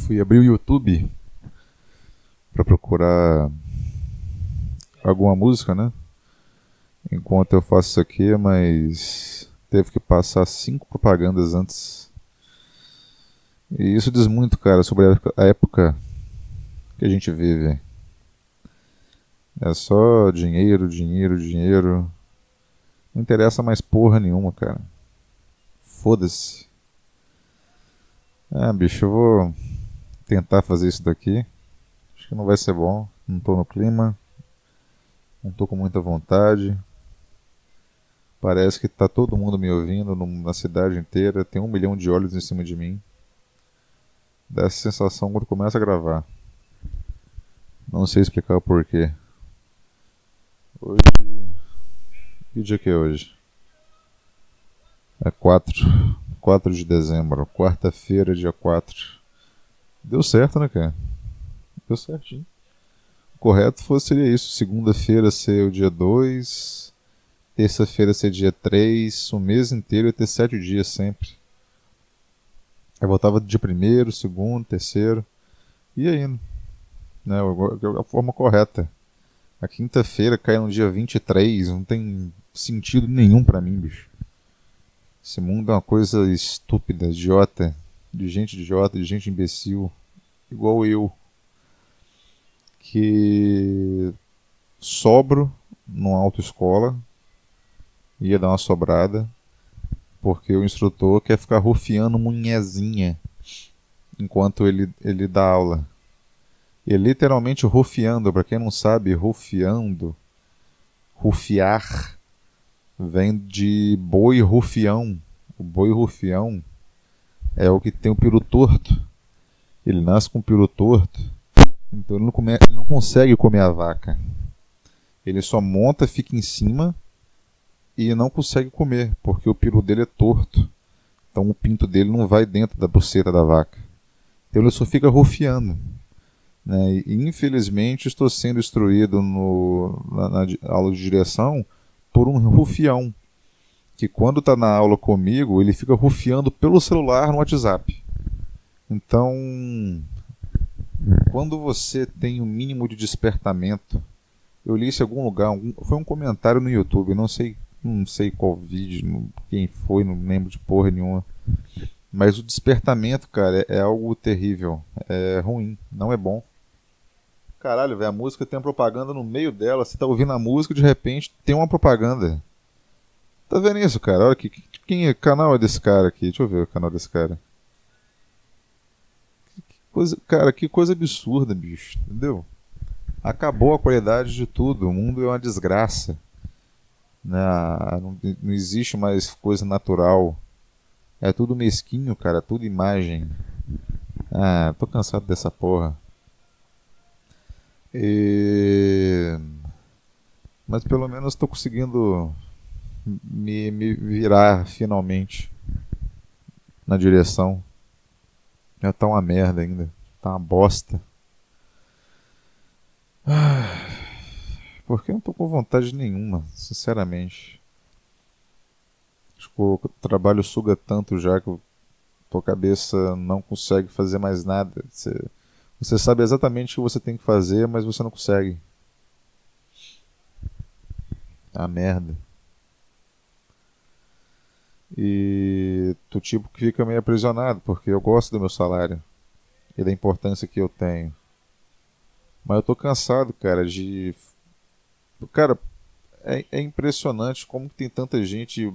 Fui abrir o YouTube pra procurar alguma música, né? Enquanto eu faço isso aqui, mas teve que passar 5 propagandas antes. E isso diz muito, cara, sobre a época que a gente vive. É só dinheiro, dinheiro, dinheiro. Não interessa mais porra nenhuma, cara. Foda-se. Ah, bicho, eu vou tentar fazer isso daqui. Acho que não vai ser bom. Não tô no clima. Não tô com muita vontade. Parece que tá todo mundo me ouvindo na cidade inteira. Tem 1 milhão de olhos em cima de mim. Dá essa sensação quando começa a gravar. Não sei explicar o porquê. Hoje. Que dia que é hoje? É 4 de dezembro. Quarta-feira, dia 4. Deu certo, né, cara? Deu certinho. O correto seria isso. Segunda-feira ser o dia 2. Terça-feira ser dia 3. O mês inteiro ia ter 7 dias sempre. Eu voltava dia primeiro, segundo, terceiro. E aí, né? A forma correta. A quinta-feira cai no dia 23. Não tem sentido nenhum pra mim, bicho. Esse mundo é uma coisa estúpida, idiota. De gente idiota, de gente imbecil. Igual eu. Que sobro numa autoescola. Ia dar uma sobrada. Porque o instrutor quer ficar rufiando munhezinha enquanto ele dá aula. E literalmente rufiando, para quem não sabe, rufiando, rufiar, vem de boi rufião. O boi rufião é o que tem o peru torto. Ele nasce com o peru torto, então ele não consegue comer a vaca. Ele só monta, fica em cima e não consegue comer, porque o peru dele é torto. Então o pinto dele não vai dentro da buceta da vaca. Então ele só fica rufiando. Né? E infelizmente estou sendo instruído na aula de direção por um rufião, que quando está na aula comigo, ele fica rufiando pelo celular no WhatsApp. Então, quando você tem o mínimo de despertamento, eu li isso em algum lugar, foi um comentário no YouTube, não sei qual vídeo, quem foi, não lembro de porra nenhuma. Mas o despertamento, cara, é algo terrível, é ruim, não é bom. Caralho, velho, a música tem uma propaganda no meio dela. Você tá ouvindo a música e de repente tem uma propaganda. Tá vendo isso, cara? Olha quem é canal é desse cara aqui? Deixa eu ver o canal desse cara. Cara, que coisa absurda, bicho. Entendeu? Acabou a qualidade de tudo. O mundo é uma desgraça. Né? Não existe mais coisa natural. É tudo mesquinho, cara. Tudo imagem. Ah, tô cansado dessa porra. E... Mas pelo menos estou conseguindo me virar finalmente na direção. Já tá uma merda ainda. Tá uma bosta. Porque eu não tô com vontade nenhuma, sinceramente. Acho que o trabalho suga tanto já que tua cabeça não consegue fazer mais nada. Você sabe exatamente o que você tem que fazer, mas você não consegue. A merda. E tu tipo que fica meio aprisionado, porque eu gosto do meu salário e da importância que eu tenho. Mas eu tô cansado, cara, de. Cara, é impressionante como que tem tanta gente.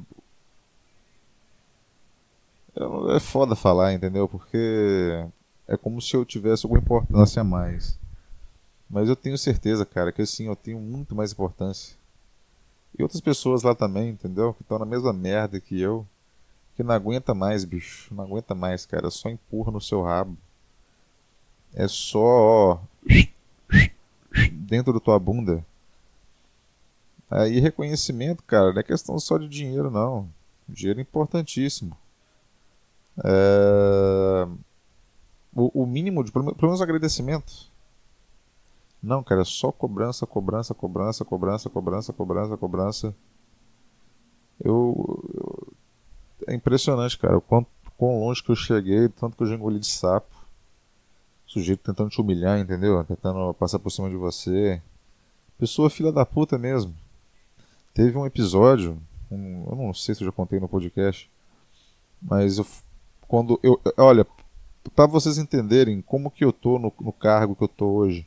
É foda falar, entendeu? Porque é como se eu tivesse alguma importância a mais. Mas eu tenho certeza, cara, que assim, eu tenho muito mais importância. E outras pessoas lá também, entendeu? Que estão na mesma merda que eu. Que não aguenta mais, bicho. Não aguenta mais, cara. Só empurra no seu rabo. É só, ó, dentro da tua bunda. Aí reconhecimento, cara, não é questão só de dinheiro, não. Dinheiro é importantíssimo. É... o mínimo de, pelo menos agradecimento. Não, cara, é só cobrança, cobrança, cobrança, cobrança, cobrança, cobrança, cobrança. É impressionante, cara, quão longe que eu cheguei, tanto que eu já engoli de sapo. Sujeito tentando te humilhar, entendeu? Tentando passar por cima de você. Pessoa filha da puta mesmo. Teve um episódio, eu não sei se eu já contei no podcast, mas quando eu, olha, para vocês entenderem como que eu tô no cargo que eu tô hoje,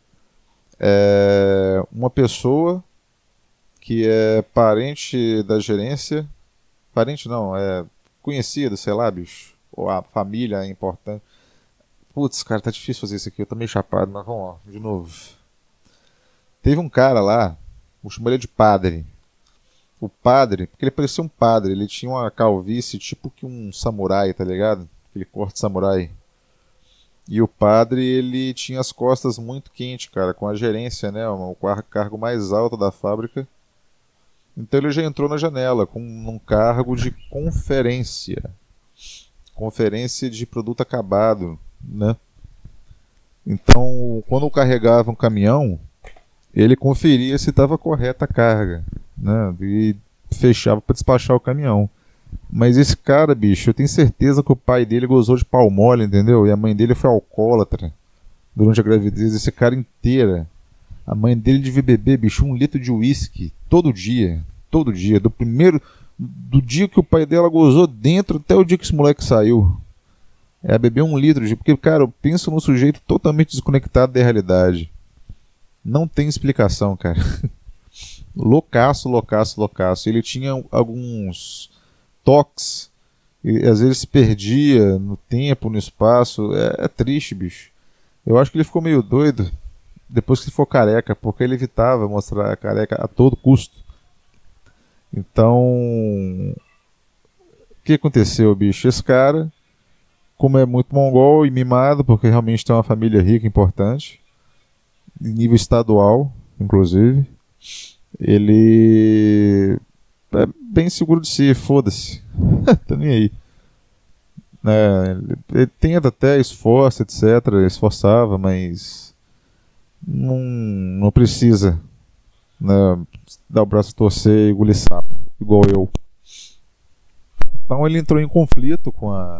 uma pessoa que é parente da gerência, parente não, é conhecido, sei lá, bicho, ou a família é importante. Putz, cara, tá difícil fazer isso aqui, eu tô meio chapado, mas vamos lá, de novo. Teve um cara lá, vou chamar ele de padre. O padre, porque ele parecia um padre, ele tinha uma calvície tipo que um samurai, tá ligado? Aquele corte samurai. E o padre, ele tinha as costas muito quentes, cara, com a gerência, né? O cargo mais alto da fábrica. Então ele já entrou na janela com um cargo de conferência. Conferência de produto acabado, né? Então, quando carregava um caminhão, ele conferia se estava correta a carga, né? E fechava para despachar o caminhão. Mas esse cara, bicho, eu tenho certeza que o pai dele gozou de pau mole, entendeu? E a mãe dele foi alcoólatra durante a gravidez desse cara inteira. A mãe dele devia beber, bicho, 1 litro de uísque todo dia. Todo dia. Do dia que o pai dela gozou dentro até o dia que esse moleque saiu. É beber 1 litro de. Porque, cara, eu penso num sujeito totalmente desconectado da realidade. Não tem explicação, cara. Loucaço, loucaço, loucaço. Ele tinha alguns toques. E às vezes se perdia no tempo, no espaço. É triste, bicho. Eu acho que ele ficou meio doido depois que ele ficou careca, porque ele evitava mostrar a careca a todo custo. Então, o que aconteceu, bicho? Esse cara, como é muito mongol e mimado, porque realmente tem uma família rica, importante, em nível estadual, inclusive, ele é bem seguro de si, foda-se. Tá nem aí. Ele tenta até, esforça, etc. Esforçava, mas não precisa, né, dar o braço a torcer e engolir sapo, igual eu. Então ele entrou em conflito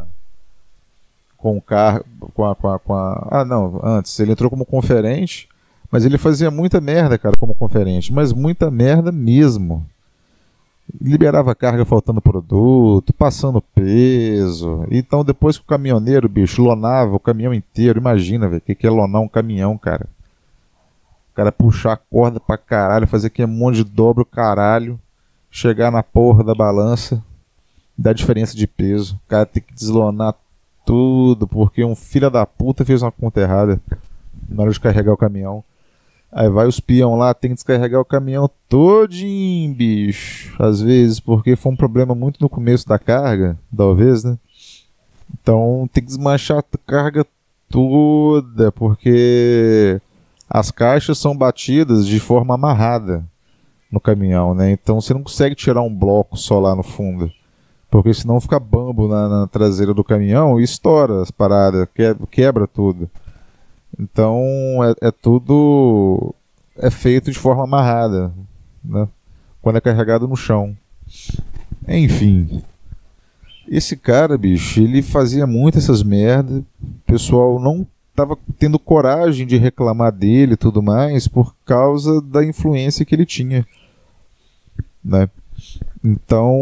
com o carro, ah, não, antes ele entrou como conferente, mas ele fazia muita merda, cara, como conferente, mas muita merda mesmo. Liberava carga faltando produto, passando peso. Então depois que o caminhoneiro, bicho, lonava o caminhão inteiro, imagina, velho, o que é lonar um caminhão, cara? O cara puxar a corda pra caralho, fazer aquele monte de dobra o caralho, chegar na porra da balança, dar diferença de peso. O cara tem que deslonar tudo, porque um filho da puta fez uma conta errada na hora de carregar o caminhão. Aí vai os peão lá, tem que descarregar o caminhão todinho, bicho. Às vezes, porque foi um problema muito no começo da carga, talvez, né? Então tem que desmanchar a carga toda, porque as caixas são batidas de forma amarrada no caminhão, né? Então você não consegue tirar um bloco só lá no fundo, porque senão fica bambo na traseira do caminhão e estoura as paradas, quebra tudo. Então é tudo é feito de forma amarrada, né? Quando é carregado no chão. Enfim, esse cara, bicho, ele fazia muito essas merdas. O pessoal não tava tendo coragem de reclamar dele e tudo mais por causa da influência que ele tinha, né? Então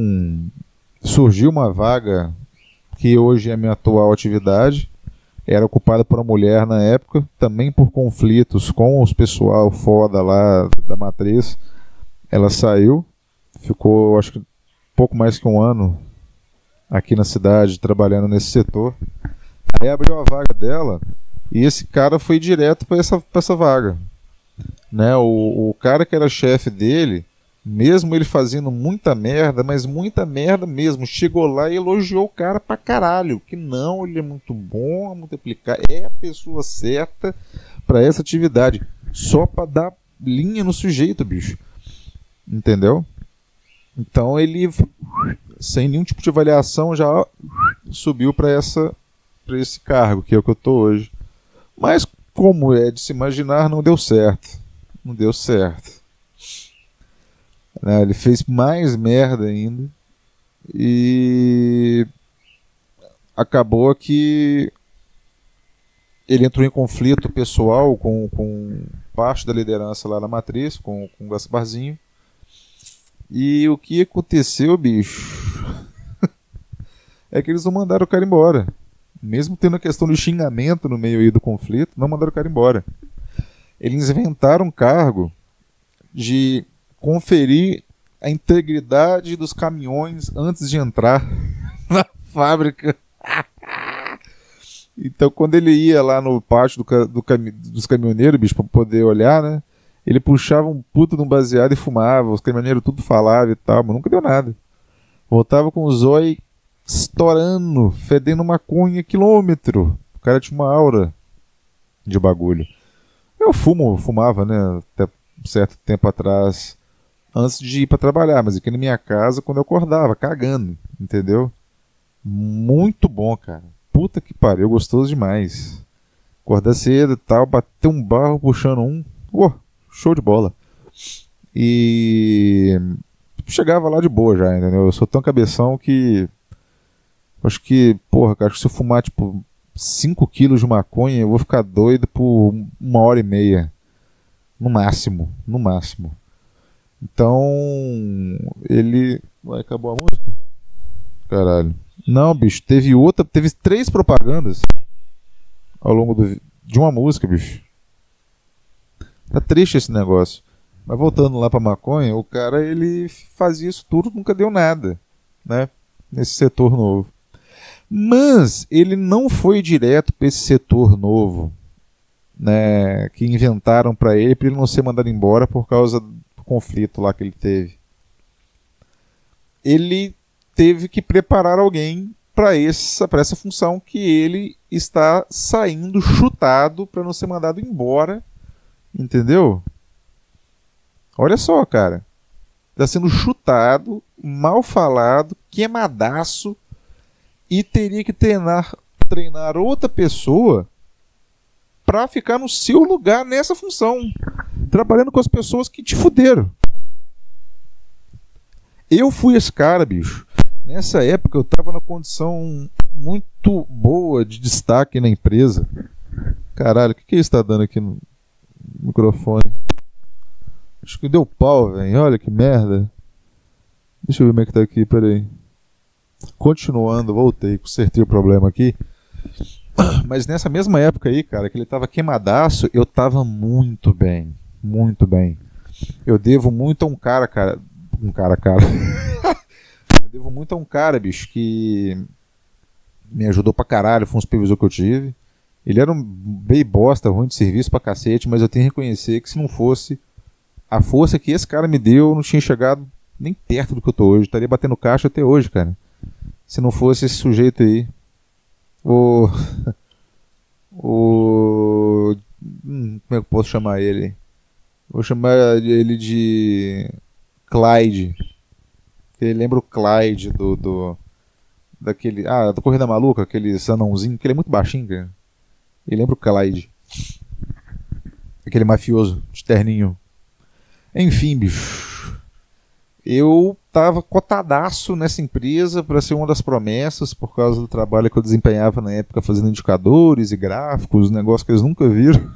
surgiu uma vaga que hoje é a minha atual atividade. Era ocupada por uma mulher na época, também por conflitos com os pessoal foda lá da matriz. Ela saiu, ficou acho que pouco mais que um ano aqui na cidade trabalhando nesse setor. Aí abriu a vaga dela e esse cara foi direto para essa vaga, né? O cara que era chefe dele, mesmo ele fazendo muita merda, mas muita merda mesmo, chegou lá e elogiou o cara pra caralho. Que não, ele é muito bom a multiplicar, é a pessoa certa pra essa atividade. Só pra dar linha no sujeito, bicho. Entendeu? Então ele, sem nenhum tipo de avaliação, já subiu pra esse cargo, que é o que eu tô hoje. Mas, como é de se imaginar, não deu certo. Não deu certo. Ele fez mais merda ainda e acabou que ele entrou em conflito pessoal com parte da liderança lá na matriz, com o Gasparzinho. E o que aconteceu, bicho, é que eles não mandaram o cara embora. Mesmo tendo a questão de xingamento no meio aí do conflito, não mandaram o cara embora. Eles inventaram um cargo de conferir a integridade dos caminhões antes de entrar na fábrica. Então, quando ele ia lá no pátio dos caminhoneiros, bicho, pra poder olhar, né? Ele puxava um puto de um baseado e fumava. Os caminhoneiros tudo falavam e tal, mas nunca deu nada. Voltava com o zóio estourando, fedendo maconha quilômetro. O cara tinha uma aura de bagulho. Eu fumava, né? Até um certo tempo atrás, antes de ir pra trabalhar, mas aqui na minha casa, quando eu acordava, cagando, entendeu? Muito bom, cara. Puta que pariu, gostoso demais. Acordar cedo e tal, bater um barro puxando um. Show de bola. E chegava lá de boa já, entendeu? Eu sou tão cabeção que acho que, porra, cara, se eu fumar tipo 5 quilos de maconha, eu vou ficar doido por 1h30. No máximo, no máximo. Então, ele... Ué, acabou a música? Caralho. Não, bicho, teve 3 propagandas ao longo de uma música, bicho. Tá triste esse negócio. Mas voltando lá pra maconha, o cara, ele fazia isso tudo, nunca deu nada, né? Nesse setor novo. Mas ele não foi direto pra esse setor novo, né? Que inventaram pra ele não ser mandado embora por causa do conflito lá que ele teve. Ele teve que preparar alguém para essa função que ele está saindo chutado para não ser mandado embora, entendeu? Olha só, cara, está sendo chutado, mal falado, queimadaço e teria que treinar outra pessoa para ficar no seu lugar nessa função, trabalhando com as pessoas que te fuderam. Eu fui esse cara, bicho. Nessa época eu estava na condição muito boa de destaque na empresa. Caralho, o que isso está dando aqui no microfone? Acho que deu pau, velho. Olha que merda. Deixa eu ver como é que tá aqui, peraí. Continuando, voltei, consertei o problema aqui. Mas nessa mesma época aí, cara, que ele tava queimadaço, eu tava muito bem. Muito bem. Eu devo muito a um cara. Eu devo muito a um cara, bicho, que me ajudou pra caralho, foi um supervisor que eu tive. Ele era um bem bosta, ruim de serviço pra cacete, mas eu tenho que reconhecer que se não fosse a força que esse cara me deu, eu não tinha chegado nem perto do que eu tô hoje. Estaria batendo caixa até hoje, cara. Se não fosse esse sujeito aí. Como é que eu posso chamar ele? Vou chamar ele de Clyde. Ele lembra o Clyde daquele... da Corrida Maluca, aquele anãozinho, que ele é muito baixinho, cara. Ele lembra o Clyde. Aquele mafioso, de terninho. Enfim, bicho. Eu tava cotadaço nessa empresa para ser uma das promessas, por causa do trabalho que eu desempenhava na época, fazendo indicadores e gráficos, negócio que eles nunca viram.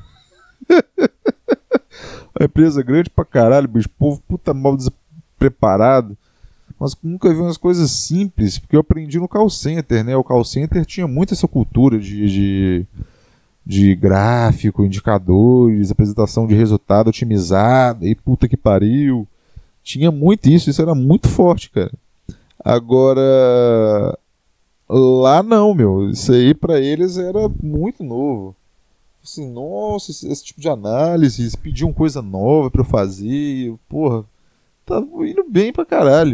Uma empresa grande pra caralho, bicho. Povo puta mal despreparado. Mas nunca vi umas coisas simples, porque eu aprendi no call center, né? O call center tinha muito essa cultura de gráfico, indicadores, apresentação de resultado otimizada, e puta que pariu. Tinha muito isso era muito forte, cara. Agora, lá não, meu. Isso aí pra eles era muito novo. Assim, nossa, esse tipo de análise, eles pediam coisa nova pra eu fazer, e eu, porra, tava indo bem pra caralho.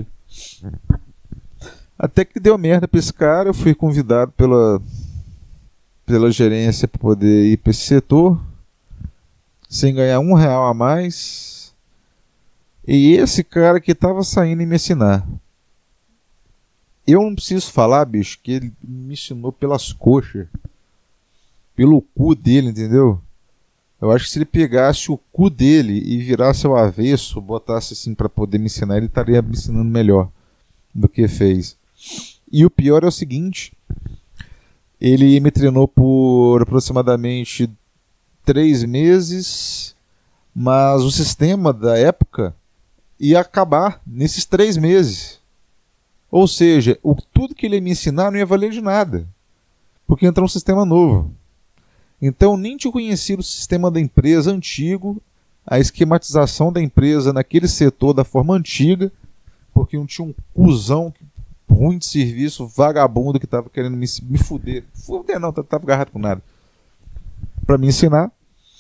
Até que deu merda pra esse cara, eu fui convidado pela gerência para poder ir para esse setor, sem ganhar R$1 a mais. E esse cara que estava saindo e me ensinar. Eu não preciso falar, bicho, que ele me ensinou pelas coxas. Pelo cu dele, entendeu? Eu acho que se ele pegasse o cu dele e virasse ao avesso, botasse assim para poder me ensinar, ele estaria me ensinando melhor do que fez. E o pior é o seguinte: ele me treinou por por aproximadamente 3 meses, mas o sistema da época ia acabar nesses 3 meses. Ou seja, tudo que ele ia me ensinar não ia valer de nada, porque entrou um sistema novo. Então nem tinha conhecido o sistema da empresa antigo, a esquematização da empresa naquele setor da forma antiga, porque não tinha um cuzão ruim de serviço, vagabundo que estava querendo me fuder. Fuder não, estava agarrado com nada. Para me ensinar.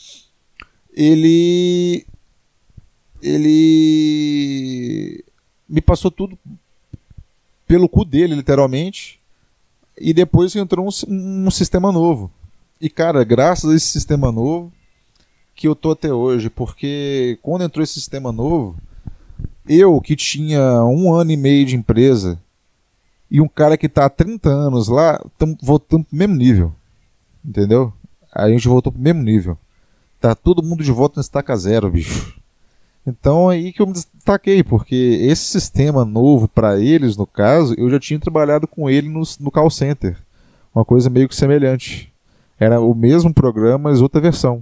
Ele me passou tudo pelo cu dele, literalmente, e depois entrou um sistema novo. E, cara, graças a esse sistema novo que eu tô até hoje, porque quando entrou esse sistema novo, eu que tinha 1 ano e meio de empresa e um cara que tá há 30 anos lá, voltando pro mesmo nível, entendeu? A gente voltou pro mesmo nível. Tá todo mundo de volta no estaca zero, bicho. Então aí que eu me destaquei, porque esse sistema novo para eles, no caso, eu já tinha trabalhado com ele no call center. Uma coisa meio que semelhante. Era o mesmo programa, mas outra versão.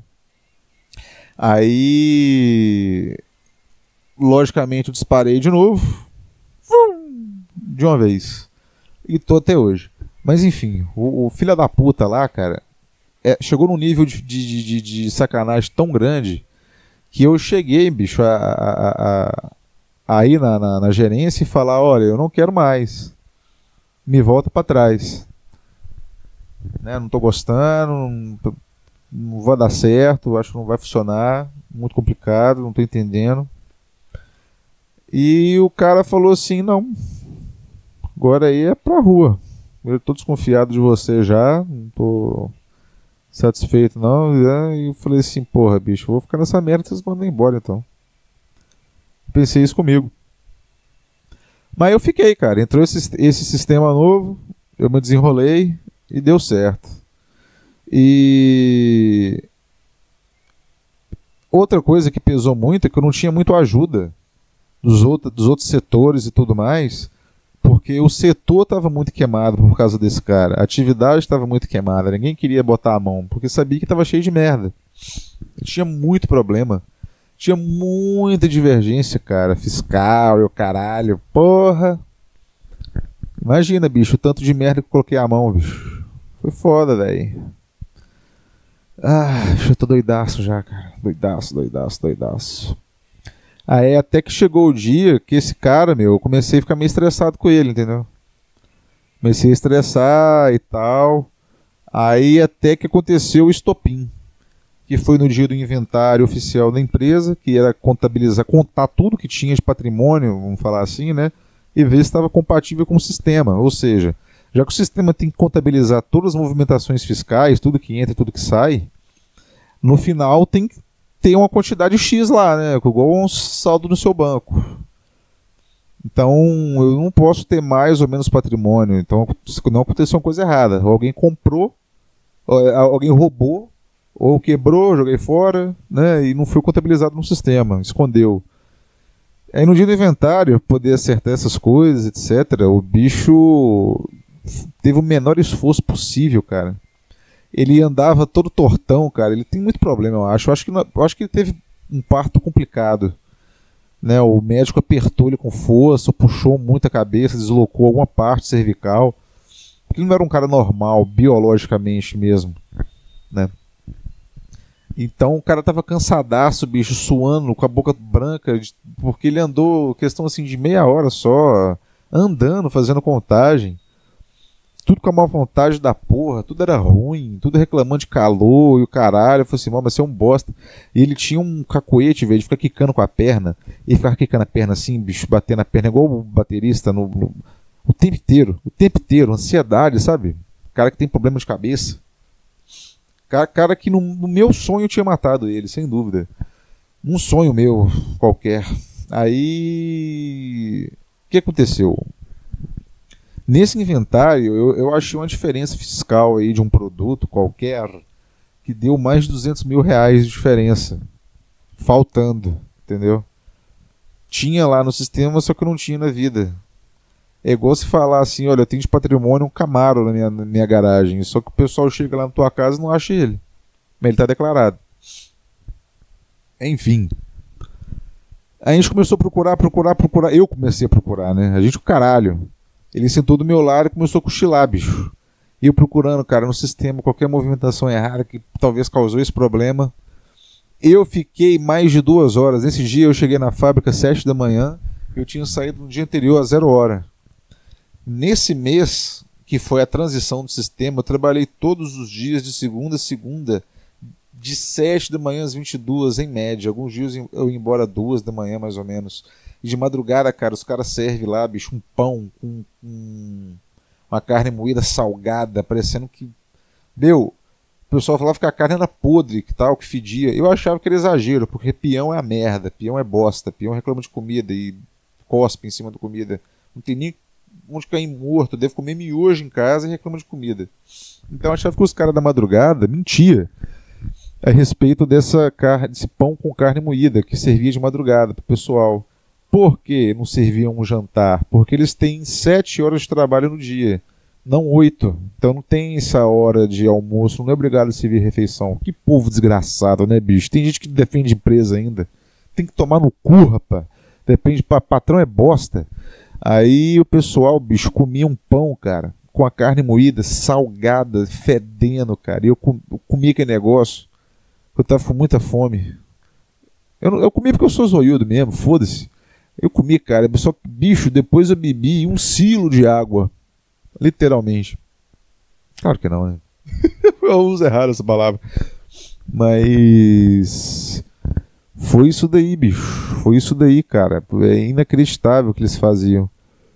Aí, logicamente, eu disparei de novo. De uma vez. E tô até hoje. Mas enfim, o filho da puta lá, cara, chegou num nível de sacanagem tão grande que eu cheguei, bicho, a ir na gerência e falar: olha, eu não quero mais. Me volta pra trás. Né, não tô gostando, não vai dar certo, acho que não vai funcionar, muito complicado, não tô entendendo. E o cara falou assim: não, agora aí é pra rua. Eu tô desconfiado de você já, não tô satisfeito não. E eu falei assim: porra, bicho, eu vou ficar nessa merda, vocês mandam embora então. Pensei isso comigo. Mas eu fiquei, cara. Entrou esse sistema novo, eu me desenrolei e deu certo. E outra coisa que pesou muito é que eu não tinha muito ajuda dos outros setores e tudo mais, porque o setor estava muito queimado por causa desse cara. A atividade estava muito queimada. Ninguém queria botar a mão, porque sabia que estava cheio de merda. Tinha muito problema. Tinha muita divergência, cara. Fiscal e o caralho. Porra. Imagina, bicho, o tanto de merda que eu coloquei a mão, bicho. Foi foda, velho. Eu tô doidaço já, cara. Doidaço. Aí até que chegou o dia que esse cara, meu, eu comecei a ficar meio estressado com ele, entendeu? Comecei a estressar e tal. Aí até que aconteceu o estopim, que foi no dia do inventário oficial da empresa, que era contabilizar, contar tudo que tinha de patrimônio, vamos falar assim, né? E ver se estava compatível com o sistema. Ou seja, já que o sistema tem que contabilizar todas as movimentações fiscais, tudo que entra e tudo que sai, no final tem que ter uma quantidade X lá, né? Igual um saldo no seu banco. Então eu não posso ter mais ou menos patrimônio. Então não aconteceu uma coisa errada. Alguém comprou, alguém roubou, ou quebrou, joguei fora, né? E não foi contabilizado no sistema, escondeu. Aí no dia do inventário, poder acertar essas coisas, etc., o bicho teve o menor esforço possível, cara. Ele andava todo tortão, cara. Ele tem muito problema, eu acho. Eu acho que ele teve um parto complicado. Né? O médico apertou ele com força, puxou muito a cabeça, deslocou alguma parte cervical. Ele não era um cara normal, biologicamente mesmo. Né? Então o cara tava cansadaço, bicho, suando, com a boca branca, porque ele andou questão assim de meia hora só, andando, fazendo contagem. Tudo com a má vontade da porra, tudo era ruim, tudo reclamando de calor e o caralho. Eu falei assim: mas você é um bosta. E ele tinha um cacoete, velho, de ficar quicando com a perna. Ele ficava quicando a perna assim, bicho, batendo a perna igual o baterista o tempo inteiro, ansiedade, sabe? Cara que tem problema de cabeça. Cara que no meu sonho tinha matado ele, sem dúvida. Um sonho meu qualquer. Aí o que aconteceu? Nesse inventário eu achei uma diferença fiscal aí de um produto qualquer que deu mais de 200 mil reais de diferença. Faltando, entendeu? Tinha lá no sistema, só que não tinha na vida. É igual se falar assim, olha, eu tenho de patrimônio um Camaro na minha garagem, só que o pessoal chega lá na tua casa e não acha ele. Mas ele tá declarado. Enfim. Aí a gente começou a procurar. Eu comecei a procurar, né? A gente, o caralho. Ele sentou do meu lado e começou a cochilar, bicho. E eu procurando, cara, no sistema, qualquer movimentação errada que talvez causou esse problema. Eu fiquei mais de 2 horas. Nesse dia eu cheguei na fábrica às 7 da manhã. Eu tinha saído no dia anterior às 0 hora. Nesse mês, que foi a transição do sistema, eu trabalhei todos os dias, de segunda a segunda, de 7 da manhã às 22, em média. Alguns dias eu ia embora 2 da manhã, mais ou menos. E de madrugada, cara, os caras servem lá, bicho, um pão com uma carne moída salgada, parecendo que... Meu, o pessoal falava que a carne era podre, que tal, que fedia. Eu achava que era exagero, porque peão é a merda, peão é bosta, peão reclama de comida e cospe em cima da comida. Não tem nem onde cair morto, deve comer miojo em casa e reclama de comida. Então eu achava que os caras da madrugada mentiam a respeito desse pão com carne moída que servia de madrugada para o pessoal. Por que não serviam um jantar? Porque eles têm 7 horas de trabalho no dia, não 8. Então não tem essa hora de almoço, não é obrigado a servir refeição. Que povo desgraçado, né, bicho? Tem gente que defende empresa ainda. Tem que tomar no cu, rapaz. Depende, patrão é bosta. Aí o pessoal, bicho, comia um pão, cara, com a carne moída, salgada, fedendo, cara. E eu comia aquele negócio. Eu tava com muita fome. Eu comi porque eu sou zoiudo mesmo, foda-se. Eu comi, cara, só que, bicho, depois eu bebi 1 quilo de água. Literalmente. Claro que não, né? Eu uso errado essa palavra. Mas... foi isso daí, bicho. Foi isso daí, cara. É inacreditável o que eles faziam.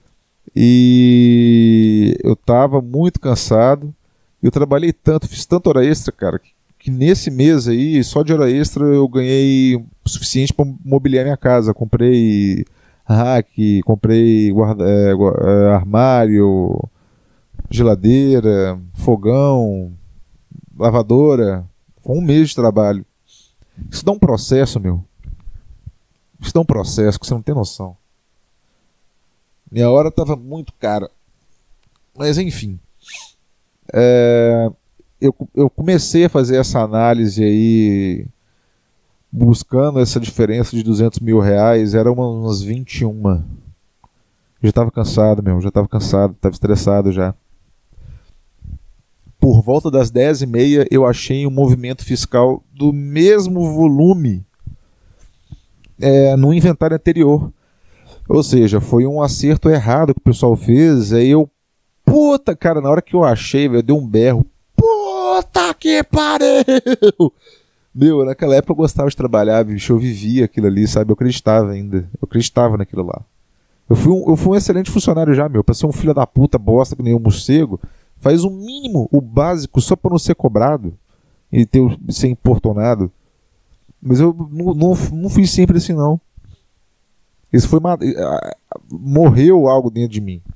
E eu tava muito cansado. Eu trabalhei tanto, fiz tanta hora extra, cara, que nesse mês aí, só de hora extra, eu ganhei o suficiente para mobiliar minha casa. Comprei rack, comprei armário, geladeira, fogão, lavadora. Com 1 mês de trabalho. Isso dá um processo, meu. Isso dá um processo que você não tem noção. Minha hora estava muito cara. Mas enfim. Eu comecei a fazer essa análise aí, buscando essa diferença de 200 mil reais. Era umas 21. Eu já estava cansado, meu. Já estava cansado, estava estressado já. Por volta das 10h30 eu achei um movimento fiscal do mesmo volume no inventário anterior. Ou seja, foi um acerto errado que o pessoal fez. Aí eu, puta, cara, na hora que eu achei, eu dei um berro. Puta que pariu! Meu, naquela época eu gostava de trabalhar, bicho, eu vivia aquilo ali, sabe? Eu acreditava ainda. Eu acreditava naquilo lá. Eu fui um excelente funcionário já, meu. Pra ser um filho da puta bosta que nem um morcego, faz o mínimo, o básico, só pra não ser cobrado e ser importunado. Mas eu não fui sempre assim, não. Isso foi morreu algo dentro de mim.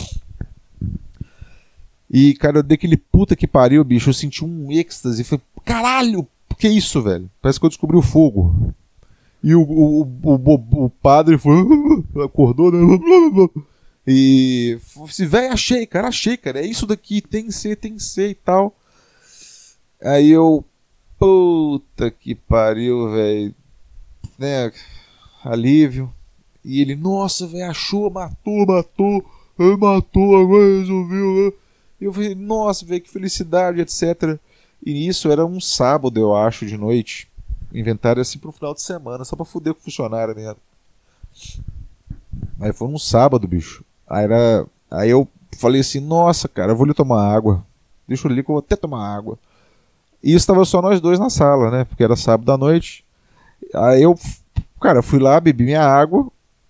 E, cara, eu dei aquele puta que pariu, bicho. Eu senti um êxtase. Falei, caralho, que isso, velho? Parece que eu descobri o fogo. E o padre foi, acordou, né? E se velho, achei, cara, é isso daqui, tem que ser e tal. Aí eu, puta que pariu, velho, né? Alívio. E ele, nossa, velho, achou, matou, agora resolveu, né? E eu falei, nossa, velho, que felicidade, etc. E isso era um sábado, eu acho, de noite. Inventário assim pro final de semana, só pra fuder com o funcionário, né? Aí foi um sábado, bicho. Aí eu falei assim, nossa, cara, eu vou ali tomar água. Deixa eu ali que eu vou até tomar água. E estava só nós dois na sala, né? Porque era sábado à noite. Aí eu, cara, fui lá, bebi minha água.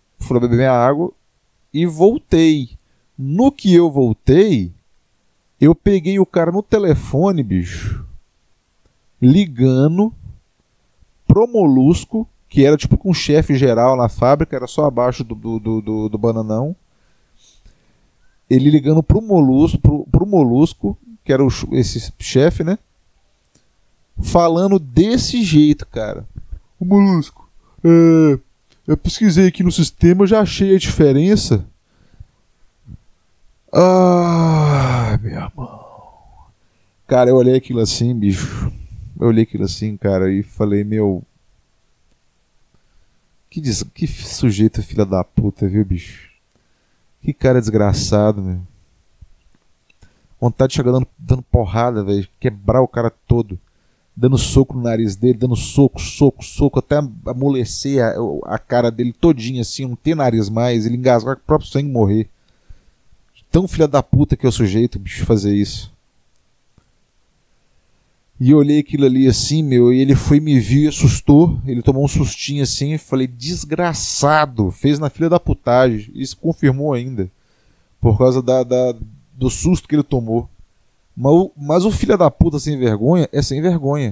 E voltei. No que eu voltei, eu peguei o cara no telefone, bicho, ligando pro Molusco, que era tipo com um chefe geral na fábrica, era só abaixo do Bananão. Ele ligando pro Molusco, que era esse chefe, né? Falando desse jeito, cara. O Molusco, eu pesquisei aqui no sistema, já achei a diferença. Ah, meu irmão. Cara, eu olhei aquilo assim, bicho. Eu olhei aquilo assim, cara, e falei, meu. Que sujeito filha da puta, viu, bicho? Que cara desgraçado, meu. Vontade de chegar dando porrada, velho. Quebrar o cara todo. Dando soco no nariz dele, dando soco, soco, soco, até amolecer a cara dele todinha, assim, não ter nariz mais, ele engasgar com o próprio sangue e morrer. Tão filha da puta que é o sujeito, bicho, fazer isso. E eu olhei aquilo ali assim, meu, e ele foi, me viu e assustou. Ele tomou um sustinho assim, falei, desgraçado, fez na filha da putagem. Isso confirmou ainda, por causa do susto que ele tomou. Mas o filho da puta sem vergonha é sem vergonha.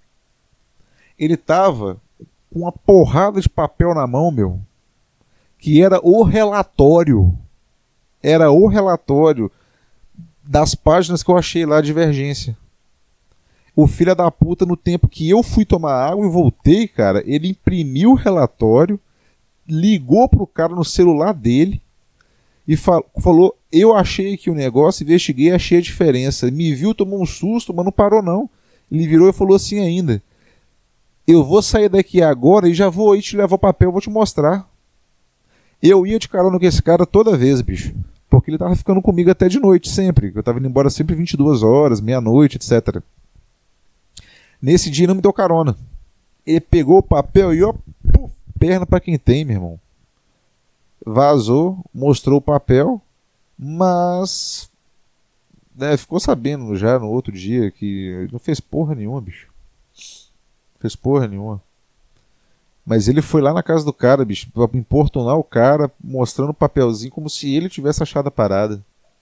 Ele tava com uma porrada de papel na mão, meu, que era o relatório. Era o relatório das páginas que eu achei lá de divergência. O filho da puta, no tempo que eu fui tomar água e voltei, cara, ele imprimiu o relatório, ligou pro cara no celular dele e falou: eu achei aqui o negócio, investiguei, achei a diferença. Me viu, tomou um susto, mas não parou não. Ele virou e falou assim ainda: eu vou sair daqui agora e já vou aí te levar o papel, vou te mostrar. Eu ia de carona com esse cara toda vez, bicho. Porque ele tava ficando comigo até de noite, sempre. Eu tava indo embora sempre 22 horas, meia-noite, etc. Nesse dia ele não me deu carona. Ele pegou o papel e ó, puf, perna pra quem tem, meu irmão. Vazou, mostrou o papel, mas né, ficou sabendo já no outro dia que ele não fez porra nenhuma, bicho. Não fez porra nenhuma. Mas ele foi lá na casa do cara, bicho, pra importunar o cara, mostrando o papelzinho como se ele tivesse achado a parada.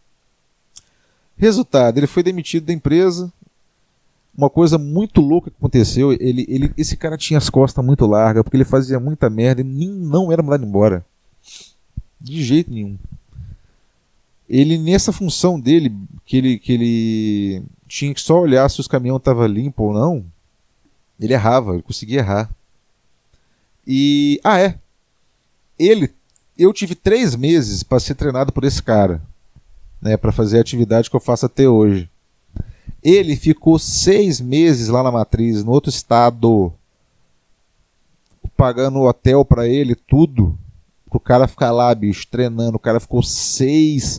Resultado, ele foi demitido da empresa. Uma coisa muito louca que aconteceu, esse cara tinha as costas muito largas, porque ele fazia muita merda e não era mandado embora. De jeito nenhum. Ele, nessa função dele, que ele tinha que só olhar se os caminhões estavam limpos ou não, ele errava, ele conseguia errar. E. Ah, é. Ele. Eu tive 3 meses para ser treinado por esse cara, né, para fazer a atividade que eu faço até hoje. Ele ficou 6 meses lá na matriz, no outro estado, pagando hotel para ele, tudo, pro cara ficar lá, bicho, treinando. O cara ficou 6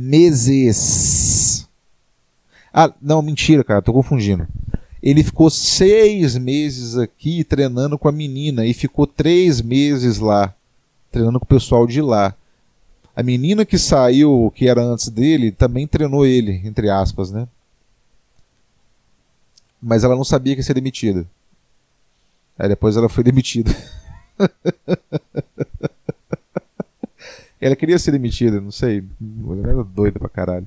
meses. Ah, não, mentira, cara, tô confundindo. Ele ficou 6 meses aqui treinando com a menina e ficou 3 meses lá, treinando com o pessoal de lá. A menina que saiu, que era antes dele, também treinou ele, entre aspas, né? Mas ela não sabia que ia ser demitida. Aí depois ela foi demitida. Ela queria ser demitida, não sei. Ela era doida pra caralho.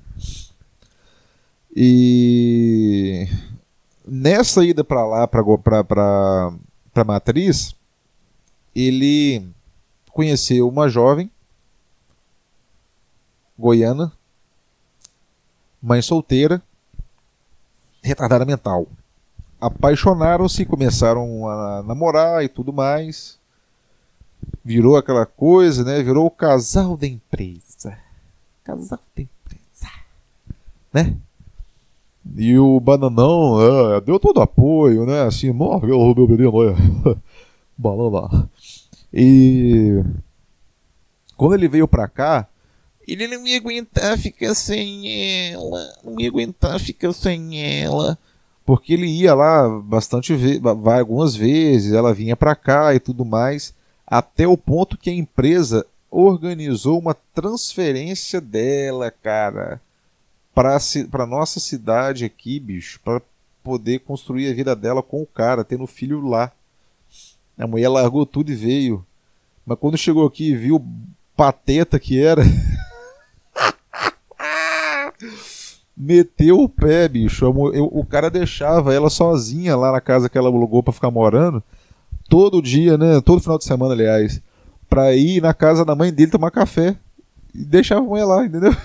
E nessa ida pra lá, pra Matriz, ele conheceu uma jovem goiana, mãe solteira, retardada mental. Apaixonaram-se, começaram a namorar e tudo mais. Virou aquela coisa, né? Virou o casal da empresa. Casal da empresa. Né? E o Bananão deu todo apoio, né? Assim, meu menino, olha. Banana. E quando ele veio pra cá, ele não ia aguentar ficar sem ela. Não ia aguentar ficar sem ela. Porque ele ia lá algumas vezes, ela vinha pra cá e tudo mais, até o ponto que a empresa organizou uma transferência dela, cara, pra nossa cidade aqui, bicho, pra poder construir a vida dela com o cara, tendo filho lá. A mulher largou tudo e veio. Mas quando chegou aqui e viu o pateta que era, meteu o pé, bicho. O cara deixava ela sozinha lá na casa que ela alugou pra ficar morando, todo dia, né? Todo final de semana, aliás, pra ir na casa da mãe dele tomar café. E deixava a mulher lá, entendeu?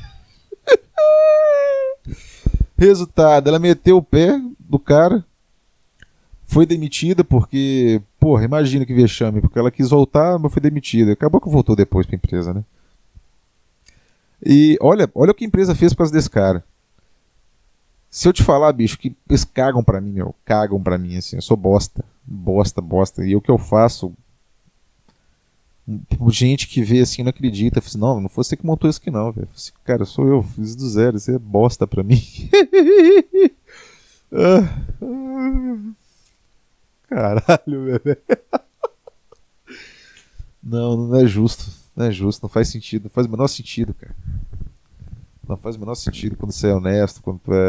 Resultado, ela meteu o pé do cara, foi demitida porque, porra, imagina que vexame, porque ela quis voltar, mas foi demitida. Acabou que voltou depois pra empresa, né? E olha o que a empresa fez por causa desse cara. Se eu te falar, bicho, que eles cagam pra mim, meu. Cagam pra mim, assim. Eu sou bosta. Bosta, bosta. E o que eu faço. Gente que vê assim não acredita. Assim, não foi você que montou isso aqui, não, velho. Assim, cara, sou eu. Fiz do zero. Isso é bosta pra mim. Caralho, velho. Não é justo. Não é justo. Não faz sentido. Não faz o menor sentido, cara. Não faz o menor sentido quando você é honesto, quando tu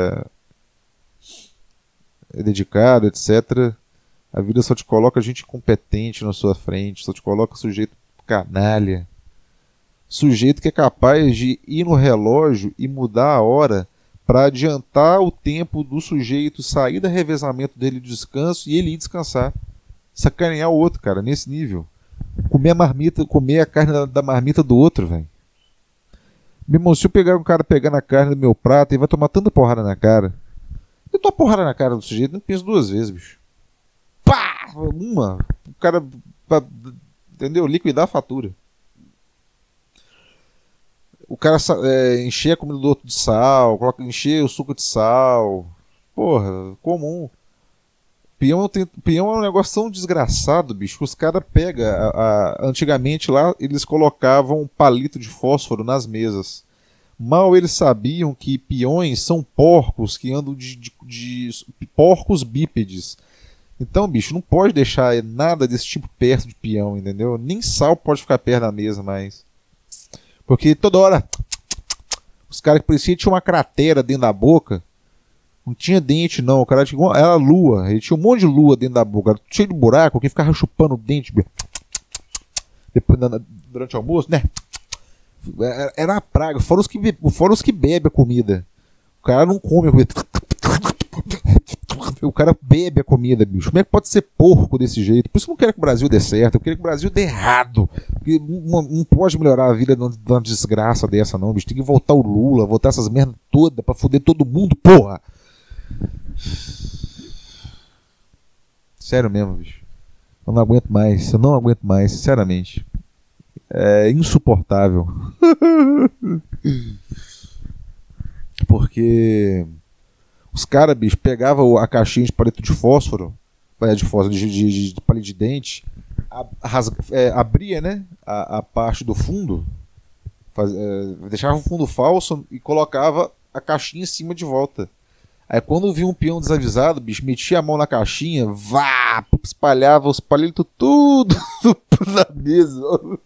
é dedicado, etc. A vida só te coloca gente competente na sua frente, só te coloca sujeito canalha. Sujeito que é capaz de ir no relógio e mudar a hora para adiantar o tempo do sujeito sair do revezamento dele de descanso e ele ir descansar. Sacanear o outro, cara, nesse nível. Comer a marmita, comer a carne da marmita do outro, velho. Meu irmão, se eu pegar um cara pegando a carne do meu prato, ele vai tomar tanta porrada na cara. Eu dou uma porrada na cara do sujeito, não penso duas vezes, bicho. Pá! Uma. O cara, entendeu? Liquidar a fatura. O cara encher a comida do outro de sal, encher o suco de sal. Porra, comum. Peão é um negócio tão desgraçado, bicho, que os caras pegam. Antigamente lá, eles colocavam um palito de fósforo nas mesas. Mal eles sabiam que peões são porcos que andam de porcos bípedes. Então, bicho, não pode deixar nada desse tipo perto de peão, entendeu? Nem sal pode ficar perto da mesa mais. Porque toda hora os caras que pareciam que tinha uma cratera dentro da boca. Não tinha dente, não. O cara tinha. Era lua. Ele tinha um monte de lua dentro da boca. Cheio de buraco. Quem ficava chupando o dente. Depois, durante o almoço, né? Era uma praga. Fora os que bebem a comida. O cara não come a comida. O cara bebe a comida, bicho. Como é que pode ser porco desse jeito? Por isso que eu não quero que o Brasil dê certo. Eu quero que o Brasil dê errado. Porque não pode melhorar a vida de uma desgraça dessa, não, bicho. Tem que voltar o Lula, voltar essas merdas todas pra foder todo mundo, porra. Sério mesmo, bicho. Eu não aguento mais. Eu não aguento mais, sinceramente. É insuportável. Porque os caras, bicho, pegavam a caixinha de palito de fósforo, de palito de dente, abria, né, a parte do fundo, deixava o fundo falso e colocava a caixinha em cima de volta. Aí quando via um peão desavisado, bicho, metia a mão na caixinha, espalhava os palitos tudo na mesa.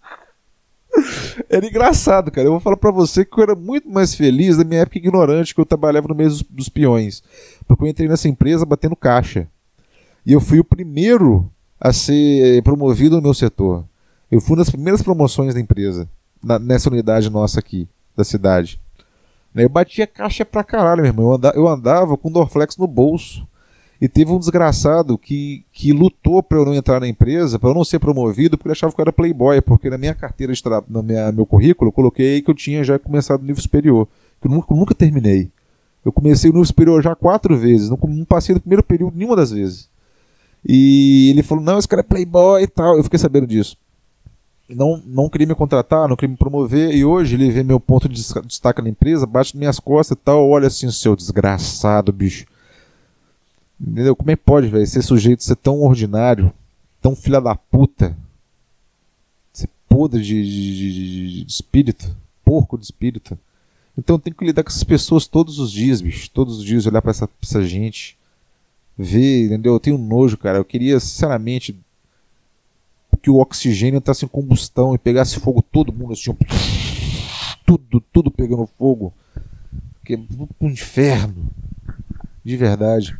Era engraçado, cara. Eu vou falar pra você que eu era muito mais feliz na minha época ignorante, que eu trabalhava no meio dos peões. Porque eu entrei nessa empresa batendo caixa. E eu fui o primeiro a ser promovido no meu setor. Eu fui nas primeiras promoções da empresa, nessa unidade nossa aqui, da cidade. Eu batia caixa pra caralho, meu irmão. Eu andava com Dorflex no bolso. E teve um desgraçado que lutou para eu não entrar na empresa, para eu não ser promovido, porque ele achava que eu era playboy, porque na minha carteira de meu currículo eu coloquei que eu tinha já começado no nível superior, que eu nunca terminei. Eu comecei no nível superior já 4 vezes, não passei do primeiro período nenhuma das vezes. E ele falou, não, esse cara é playboy e tal. Eu fiquei sabendo disso. Não queria me contratar, não queria me promover, e hoje ele vê meu ponto de destaque na empresa, bate nas minhas costas e tal, olha assim, seu desgraçado, bicho. Entendeu? Como é que pode, velho, ser sujeito, ser tão ordinário, tão filha da puta, ser podre de espírito, porco de espírito. Então eu tenho que lidar com essas pessoas todos os dias, bicho. Todos os dias olhar pra essa gente, ver, entendeu? Eu tenho nojo, cara. Eu queria, sinceramente, que o oxigênio entrasse em combustão e pegasse fogo todo mundo, assim, tudo pegando fogo. Porque é um inferno. De verdade.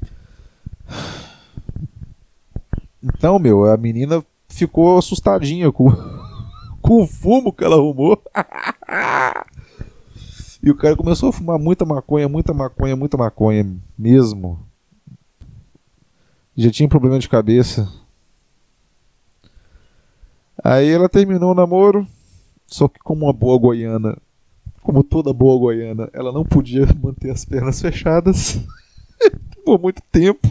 Então, meu, a menina ficou assustadinha com o fumo que ela arrumou. E o cara começou a fumar muita maconha mesmo. Já tinha problema de cabeça. Aí ela terminou o namoro, só que como uma boa goiana, como toda boa goiana, ela não podia manter as pernas fechadas por muito tempo.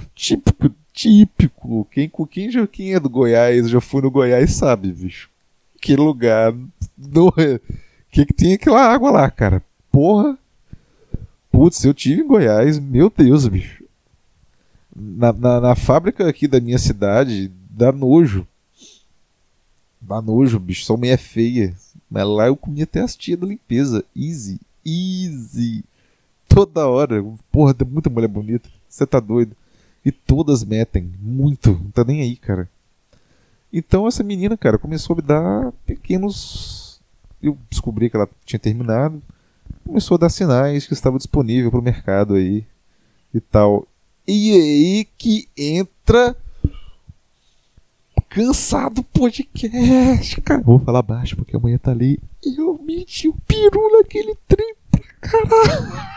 Típico. Quem é do Goiás, já foi no Goiás, sabe, bicho. aquele lugar. O que tem aquela água lá, cara? Porra. Putz, eu tive em Goiás, meu Deus, bicho. Na fábrica aqui da minha cidade, dá nojo. Dá nojo, bicho. Sua mulher é feia. Mas lá eu comia até as tias da limpeza. Easy. Easy. Toda hora. Porra, tem muita mulher bonita. Você tá doido. E todas metem. Muito. Não tá nem aí, cara. Então essa menina, cara, começou a me dar pequenos. Eu descobri que ela tinha terminado. Começou a dar sinais que estava disponível pro mercado aí. E tal. E aí que entra. Cansado podcast, cara. Vou falar baixo porque amanhã tá ali. E eu meti o peru naquele trem pra caralho.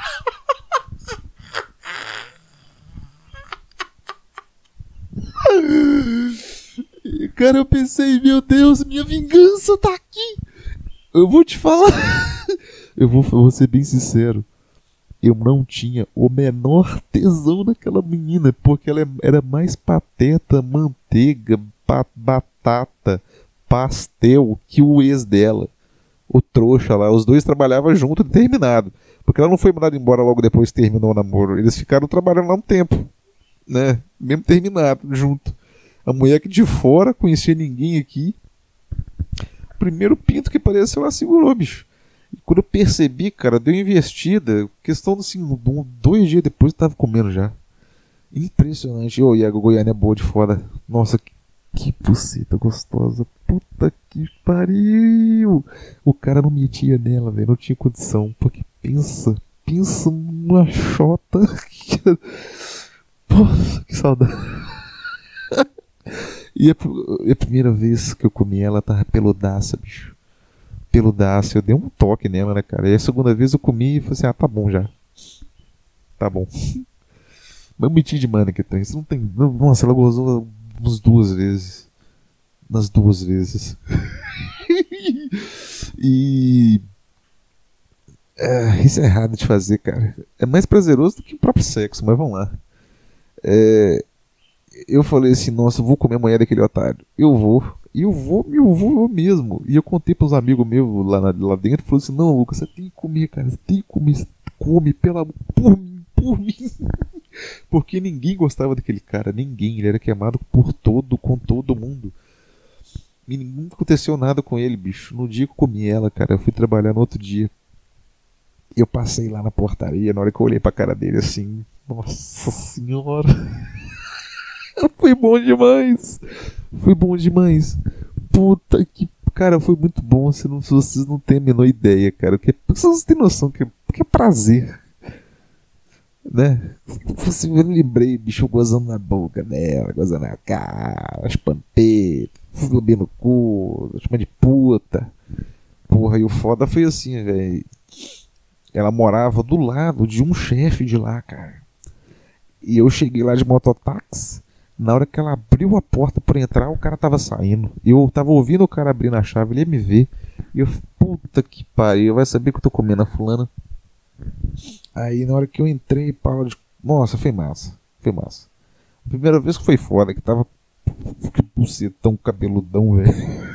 Cara, eu pensei, meu Deus, minha vingança tá aqui. Eu vou te falar. Eu vou ser bem sincero. Eu não tinha o menor tesão naquela menina, porque ela era mais pateta, manteiga, batata, pastel que o ex dela. O trouxa lá. Os dois trabalhavam junto determinado. Porque ela não foi mandada embora logo depois que terminou o namoro. Eles ficaram trabalhando lá um tempo. Né? Mesmo terminado, junto. A mulher que de fora conhecia ninguém aqui. O primeiro pinto que apareceu, ela segurou, bicho. E quando eu percebi, cara, deu investida. Questão de assim, 2 dias depois eu tava comendo já. Impressionante. Ô, Iago, Goiânia é boa de fora. Nossa, que buceta gostosa. Puta que pariu. O cara não metia nela, velho. Não tinha condição. Porque pensa numa xota. Nossa, que saudade. E a primeira vez que eu comi ela tava peludaça, bicho. Peludaça. Eu dei um toque nela, né, cara? E a segunda vez eu comi e falei assim, tá bom já. Tá bom. Mas eu meti de mana que tem. Isso não tem. Nossa, ela gozou umas 2 vezes. Nas 2 vezes. E. Isso é errado de fazer, cara. É mais prazeroso do que o próprio sexo, mas vamos lá. Eu falei assim, nossa, eu vou comer amanhã daquele otário. Eu vou mesmo. E eu contei pros amigos meus lá dentro, falou assim, não, Lucas, você tem que comer, cara, você tem que comer, você come, por mim. Porque ninguém gostava daquele cara, ninguém, ele era queimado com todo mundo. E nunca aconteceu nada com ele, bicho. No dia que eu comi ela, cara, eu fui trabalhar no outro dia. Eu passei lá na portaria, na hora que eu olhei pra cara dele assim, nossa senhora. Foi bom demais. Foi bom demais. Puta que. Cara, foi muito bom. Vocês não têm a menor ideia, cara. Vocês têm noção que é prazer. Né? Eu lembrei, bicho, gozando na boca dela, gozando na cara, as pampetas, lambendo no cu, chamando de puta. Porra, e o foda foi assim, velho. Ela morava do lado de um chefe de lá, cara. E eu cheguei lá de mototáxi. Na hora que ela abriu a porta pra entrar, o cara tava saindo. Eu tava ouvindo o cara abrindo a chave, ele ia me ver. E eu, puta que pariu, vai saber que eu tô comendo a fulana. Aí na hora que eu entrei, Paulo, nossa, foi massa. Foi massa. A primeira vez que foi foda, que tava. Que bucetão cabeludão, velho.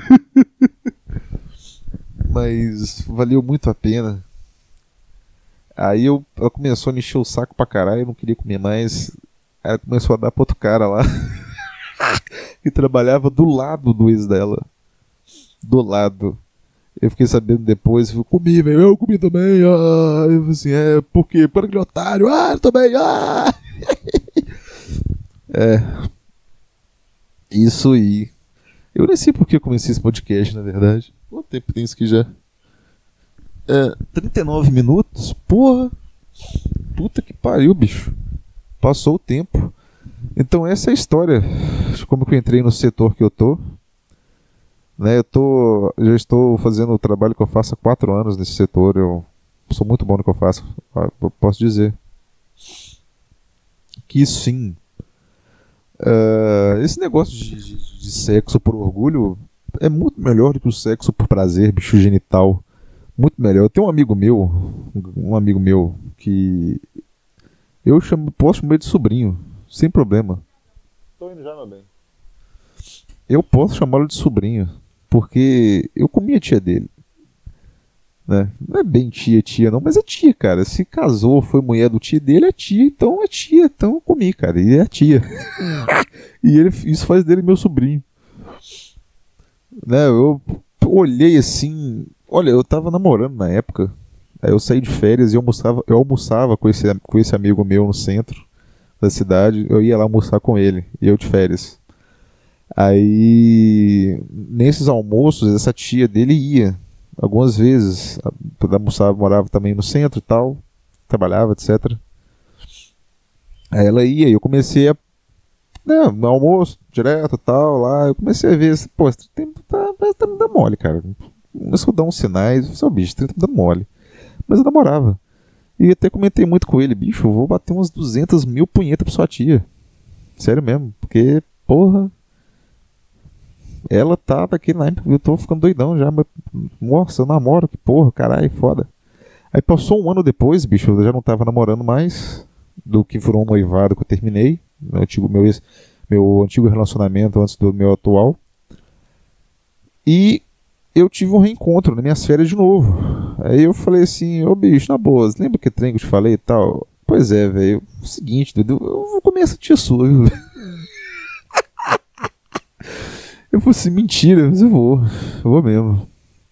Mas valeu muito a pena. Aí ela começou a me encher o saco pra caralho, eu não queria comer mais. Aí ela começou a dar pra outro cara lá. Que trabalhava do lado do ex dela. Do lado. Eu fiquei sabendo depois, eu comi, velho, eu comi também, eu falei assim, por quê? Por aquele otário, eu também, Isso aí. Eu nem sei por que eu comecei esse podcast, na verdade. Quanto tempo tem isso aqui já? 39 minutos? Porra! Puta que pariu, bicho. Passou o tempo. Então essa é a história de como que eu entrei no setor que eu tô. Né, já estou fazendo o trabalho que eu faço há 4 anos nesse setor. Eu sou muito bom no que eu faço. Eu posso dizer que sim. Esse negócio de sexo por orgulho é muito melhor do que o sexo por prazer, bicho genital. Muito melhor. Eu tenho um amigo meu que posso chamar de sobrinho, sem problema. Tô indo já, meu bem. Eu posso chamá-lo de sobrinho, porque eu comia a tia dele, né? Não é bem tia, tia não, mas é tia, cara. Se casou, foi mulher do tio dele, é tia, então eu comi, cara, e é a tia. E isso faz dele meu sobrinho, né? Eu olhei assim, olha, eu tava namorando na época, aí eu saí de férias e eu almoçava com esse amigo meu no centro da cidade, eu ia lá almoçar com ele, e eu de férias. Aí, nesses almoços, essa tia dele ia algumas vezes, almoçava, morava também no centro e tal, trabalhava, etc. Aí ela ia e eu comecei a, né, no almoço, direto e tal, lá, eu comecei a ver, assim, pô, esse tempo tá me dando mole, cara. Começou a dar uns sinais, seu bicho, esse tempo tá me dando mole. Mas eu namorava. E até comentei muito com ele, bicho, eu vou bater umas 200 mil punhetas pra sua tia. Sério mesmo, porque, porra, ela tá daquele naipe, eu tô ficando doidão já, mas, nossa, eu namoro, que porra, caralho, foda. Aí passou um ano depois, bicho, eu já não tava namorando mais, do que virou um noivado que eu terminei, meu antigo relacionamento antes do meu atual. E eu tive um reencontro nas minhas férias de novo. Aí eu falei assim, ô bicho, na boa, lembra que trem que eu te falei e tal? Pois é, velho, o seguinte, Dudu, eu vou comer essa tia sua, viu? Eu falei assim, mentira, mas eu vou mesmo.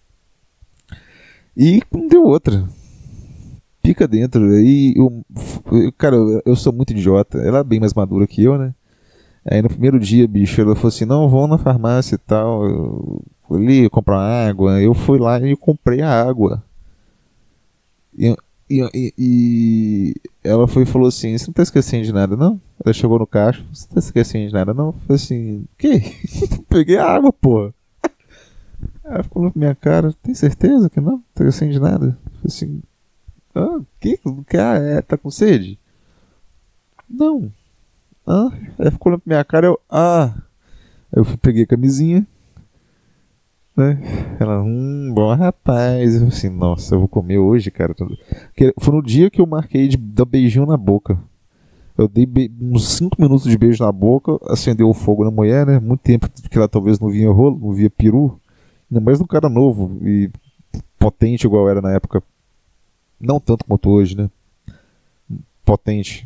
E não deu outra. Pica dentro. Aí cara, eu sou muito idiota. Ela é bem mais madura que eu, né? Aí no primeiro dia, bicho, ela falou assim: não, vão na farmácia e tal. Eu fui ali comprar água. Eu fui lá e comprei a água. E, e ela foi e falou assim: você não tá esquecendo de nada, não? Ela chegou no caixa: você não tá esquecendo de nada, não? Eu falei assim: que? Peguei a água, pô. Ela ficou na minha cara: tem certeza que não? Não tá esquecendo de nada? Eu falei assim: ah, que? Tá com sede? Não. Ah, ela ficou olhando pra minha cara, eu. Ah! Aí eu peguei a camisinha, né? Ela, bom rapaz. Eu falei assim, nossa, eu vou comer hoje, cara. Foi no dia que eu marquei de dar beijinho na boca. Eu dei uns 5 minutos de beijo na boca, acendeu o fogo na mulher, né? Muito tempo que ela talvez não via rolo, não via peru. Ainda mais num cara novo e potente igual era na época. Não tanto quanto hoje, né? Potente.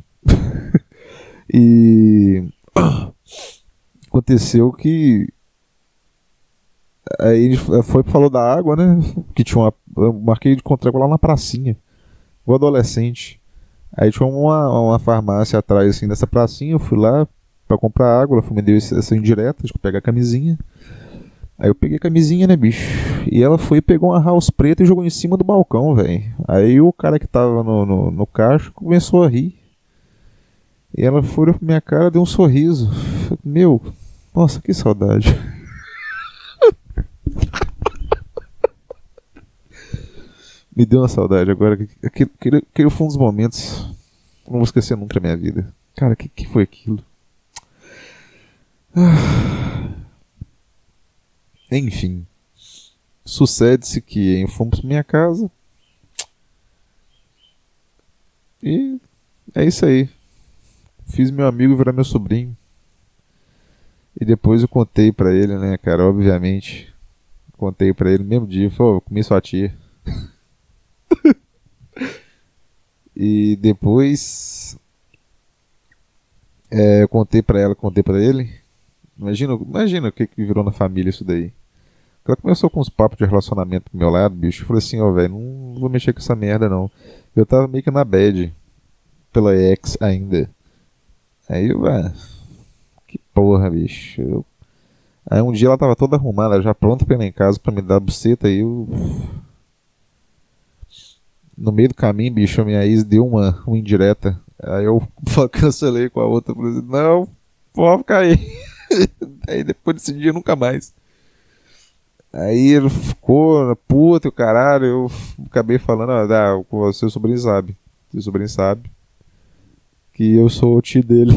E aconteceu que aí ele foi falou da água, né? Que tinha uma. Eu marquei de encontrar lá na pracinha, o adolescente. Aí tinha uma farmácia atrás assim dessa pracinha, eu fui lá pra comprar água, ela me deu essa indireta, de pegar a camisinha. Aí eu peguei a camisinha, né, bicho? E ela foi e pegou uma house preta e jogou em cima do balcão, velho. Aí o cara que tava no caixa começou a rir. E ela foi pra minha cara, deu um sorriso. Meu, nossa, que saudade. Me deu uma saudade agora. Aquele foi um dos momentos que eu não vou esquecer nunca na minha vida. Cara, que foi aquilo? Enfim, sucede-se que fomos pra minha casa e é isso aí. Fiz meu amigo virar meu sobrinho. E depois eu contei pra ele, né, cara, obviamente. Contei pra ele no mesmo dia. Falei, "Ô, comi sua tia." E depois eu contei pra ela, contei pra ele. Imagina o que virou na família isso daí. Ela começou com uns papos de relacionamento pro meu lado, bicho. Eu falei assim, ó, velho, não vou mexer com essa merda, não. Eu tava meio que na bad pela ex ainda. Aí eu, que porra, bicho. Aí um dia ela tava toda arrumada, já pronta pra ir lá em casa pra me dar a buceta. Aí eu, no meio do caminho, bicho, a minha ex deu uma indireta. Aí eu cancelei com a outra. Falei assim, não, pode ficar aí. Aí depois desse dia nunca mais. Aí ele ficou puta e o caralho. Eu acabei falando, o seu sobrinho sabe. Seu sobrinho sabe que eu sou o tio dele.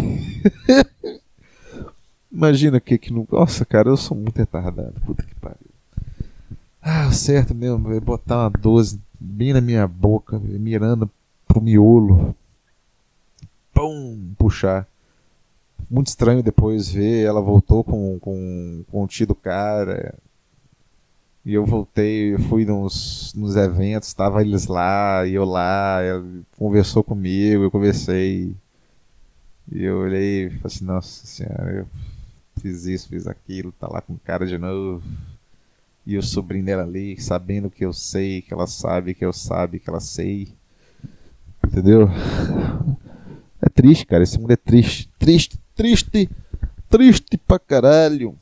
Imagina que não. Nossa, cara, eu sou muito retardado. Puta que pariu. Ah, certo mesmo, botar uma 12 bem na minha boca, mirando pro miolo. Pum, puxar. Muito estranho depois ver ela voltou com o tio do cara. E eu voltei, eu fui nos eventos, tava eles lá, e eu lá, ele conversou comigo, eu conversei. E eu olhei e falei assim, nossa senhora, eu fiz isso, fiz aquilo, tá lá com cara de novo. E o sobrinho dela ali, sabendo que eu sei, que ela sabe, que eu sabe, que ela sei. Entendeu? É triste, cara. Esse mundo é triste. Triste, triste, triste pra caralho.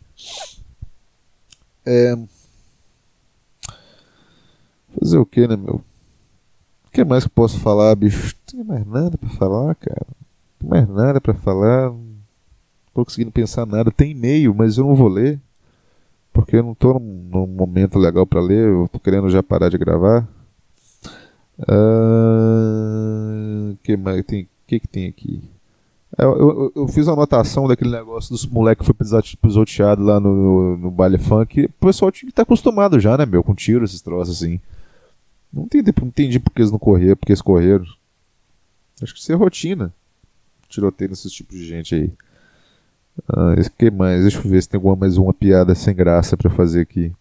É. Fazer o que, né, meu? O que mais que eu posso falar, bicho? Não tem mais nada pra falar, cara. Não tem mais nada pra falar. Não tô conseguindo pensar nada. Tem e-mail, mas eu não vou ler. Porque eu não tô num momento legal pra ler. Eu tô querendo já parar de gravar. Que mais tem? Que tem aqui? Eu fiz uma anotação daquele negócio dos moleques que foi pisoteado lá no baile funk. O pessoal tinha que estar acostumado já, né, meu? Com tiro, esses troços assim. Não entendi por que eles não correram, porque eles correram. Acho que isso é rotina. Tiroteio nesses tipos de gente aí. Esse que mais? Deixa eu ver se tem mais uma piada sem graça pra fazer aqui.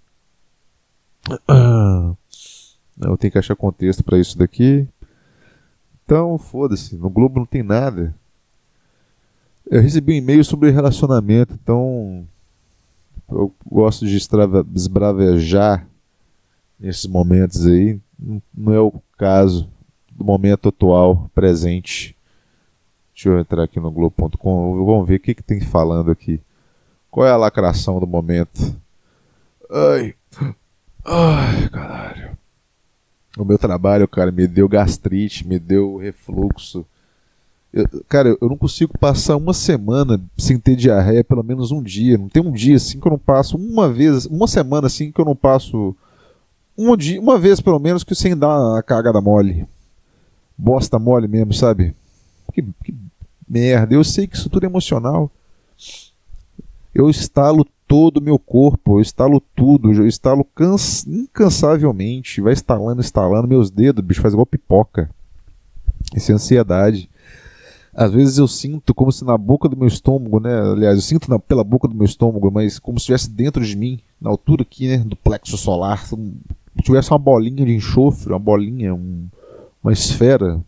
Não, eu tenho que achar contexto pra isso daqui. Então, foda-se. No Globo não tem nada. Eu recebi um e-mail sobre relacionamento, então eu gosto de esbravejar nesses momentos aí. Não é o caso do momento atual, presente. Deixa eu entrar aqui no Globo.com. Vamos ver o que tem falando aqui. Qual é a lacração do momento? Ai, ai, caralho. O meu trabalho, cara, me deu gastrite, me deu refluxo. Cara, eu não consigo passar uma semana sem ter diarreia, pelo menos um dia. Não tem um dia assim que eu não passo uma vez, uma semana assim que eu não passo um dia, uma vez pelo menos que sem dar uma cagada mole. Bosta mole mesmo, sabe? Que merda. Eu sei que isso tudo é emocional. Eu estalo todo o meu corpo, eu estalo tudo, eu estalo incansavelmente. Vai estalando, estalando. Meus dedos, bicho, faz igual pipoca. Isso é ansiedade. Às vezes eu sinto como se na boca do meu estômago, né? Aliás, eu sinto pela boca do meu estômago, mas como se estivesse dentro de mim, na altura aqui, né? Do plexo solar, tivesse uma bolinha de enxofre, uma bolinha, uma esfera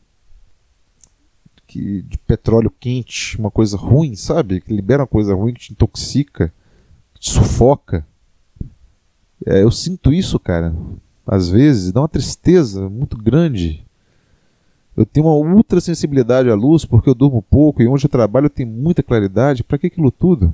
de petróleo quente, uma coisa ruim, sabe? Que libera uma coisa ruim, que te intoxica, que te sufoca. Eu sinto isso, cara. Às vezes, dá uma tristeza muito grande. Eu tenho uma ultra sensibilidade à luz porque eu durmo pouco e onde eu trabalho eu tenho muita claridade. Pra que aquilo tudo?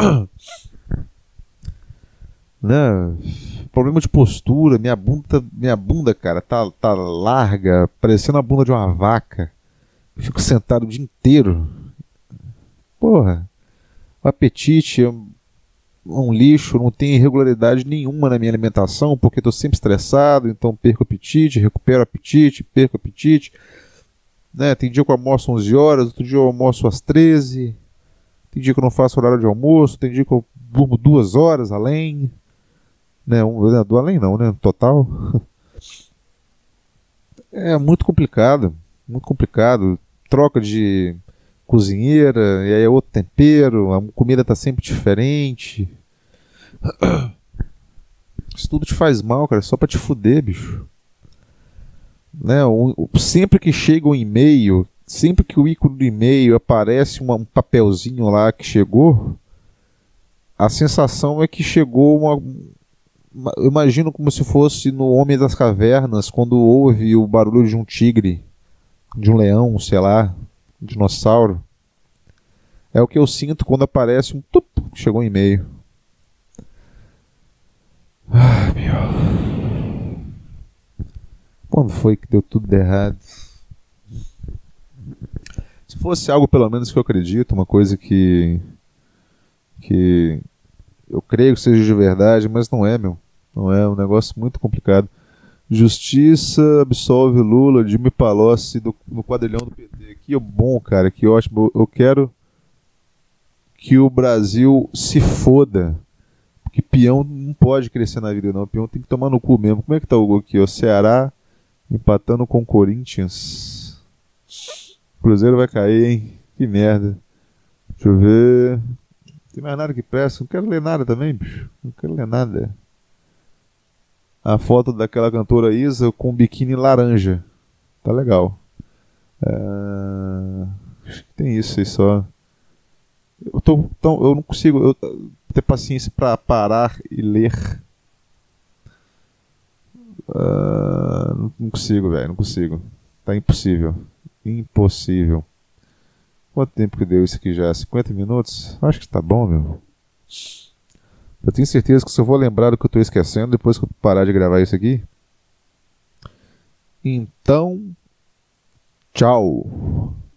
Né? Problema de postura, minha bunda, cara, tá larga, parecendo a bunda de uma vaca. Eu fico sentado o dia inteiro. Porra, o apetite é um lixo, não tem irregularidade nenhuma na minha alimentação porque estou sempre estressado, então perco o apetite, recupero o apetite, perco o apetite. Né? Tem dia que eu almoço 11 horas, outro dia eu almoço às 13. Tem dia que eu não faço horário de almoço, tem dia que eu durmo 2 horas além. Né? Do além não, né? Total. É muito complicado. Muito complicado. Troca de cozinheira, e aí é outro tempero, a comida tá sempre diferente. Isso tudo te faz mal, cara, é só pra te fuder, bicho. Né? Sempre que chega um e-mail, sempre que o ícone do e-mail aparece um papelzinho lá que chegou, a sensação é que chegou eu imagino como se fosse no Homem das Cavernas, quando ouve o barulho de um tigre, de um leão, sei lá, um dinossauro. É o que eu sinto quando aparece um tup, chegou um e-mail. Ai, meu. Quando foi que deu tudo errado? Se fosse algo pelo menos que eu acredito, uma coisa que eu creio que seja de verdade, mas não é, meu. Não é, um negócio muito complicado. Justiça absolve Lula, Dilma Palocci no quadrilhão do PT. Que bom, cara, que ótimo. Eu quero que o Brasil se foda. Porque peão não pode crescer na vida, não. Peão tem que tomar no cu mesmo. Como é que tá o gol aqui? O Ceará empatando com o Corinthians. O Cruzeiro vai cair, hein? Que merda. Deixa eu ver. Não tem mais nada que presta. Não quero ler nada também, bicho. Não quero ler nada. A foto daquela cantora Isa com biquíni laranja. Tá legal. Acho que tem isso aí só. Eu não consigo ter paciência para parar e ler. Não consigo, velho, não consigo. Tá impossível. Impossível. Quanto tempo que deu isso aqui já? 50 minutos? Acho que tá bom, meu. Eu tenho certeza que se eu vou lembrar do que eu tô esquecendo depois que eu parar de gravar isso aqui. Então, tchau.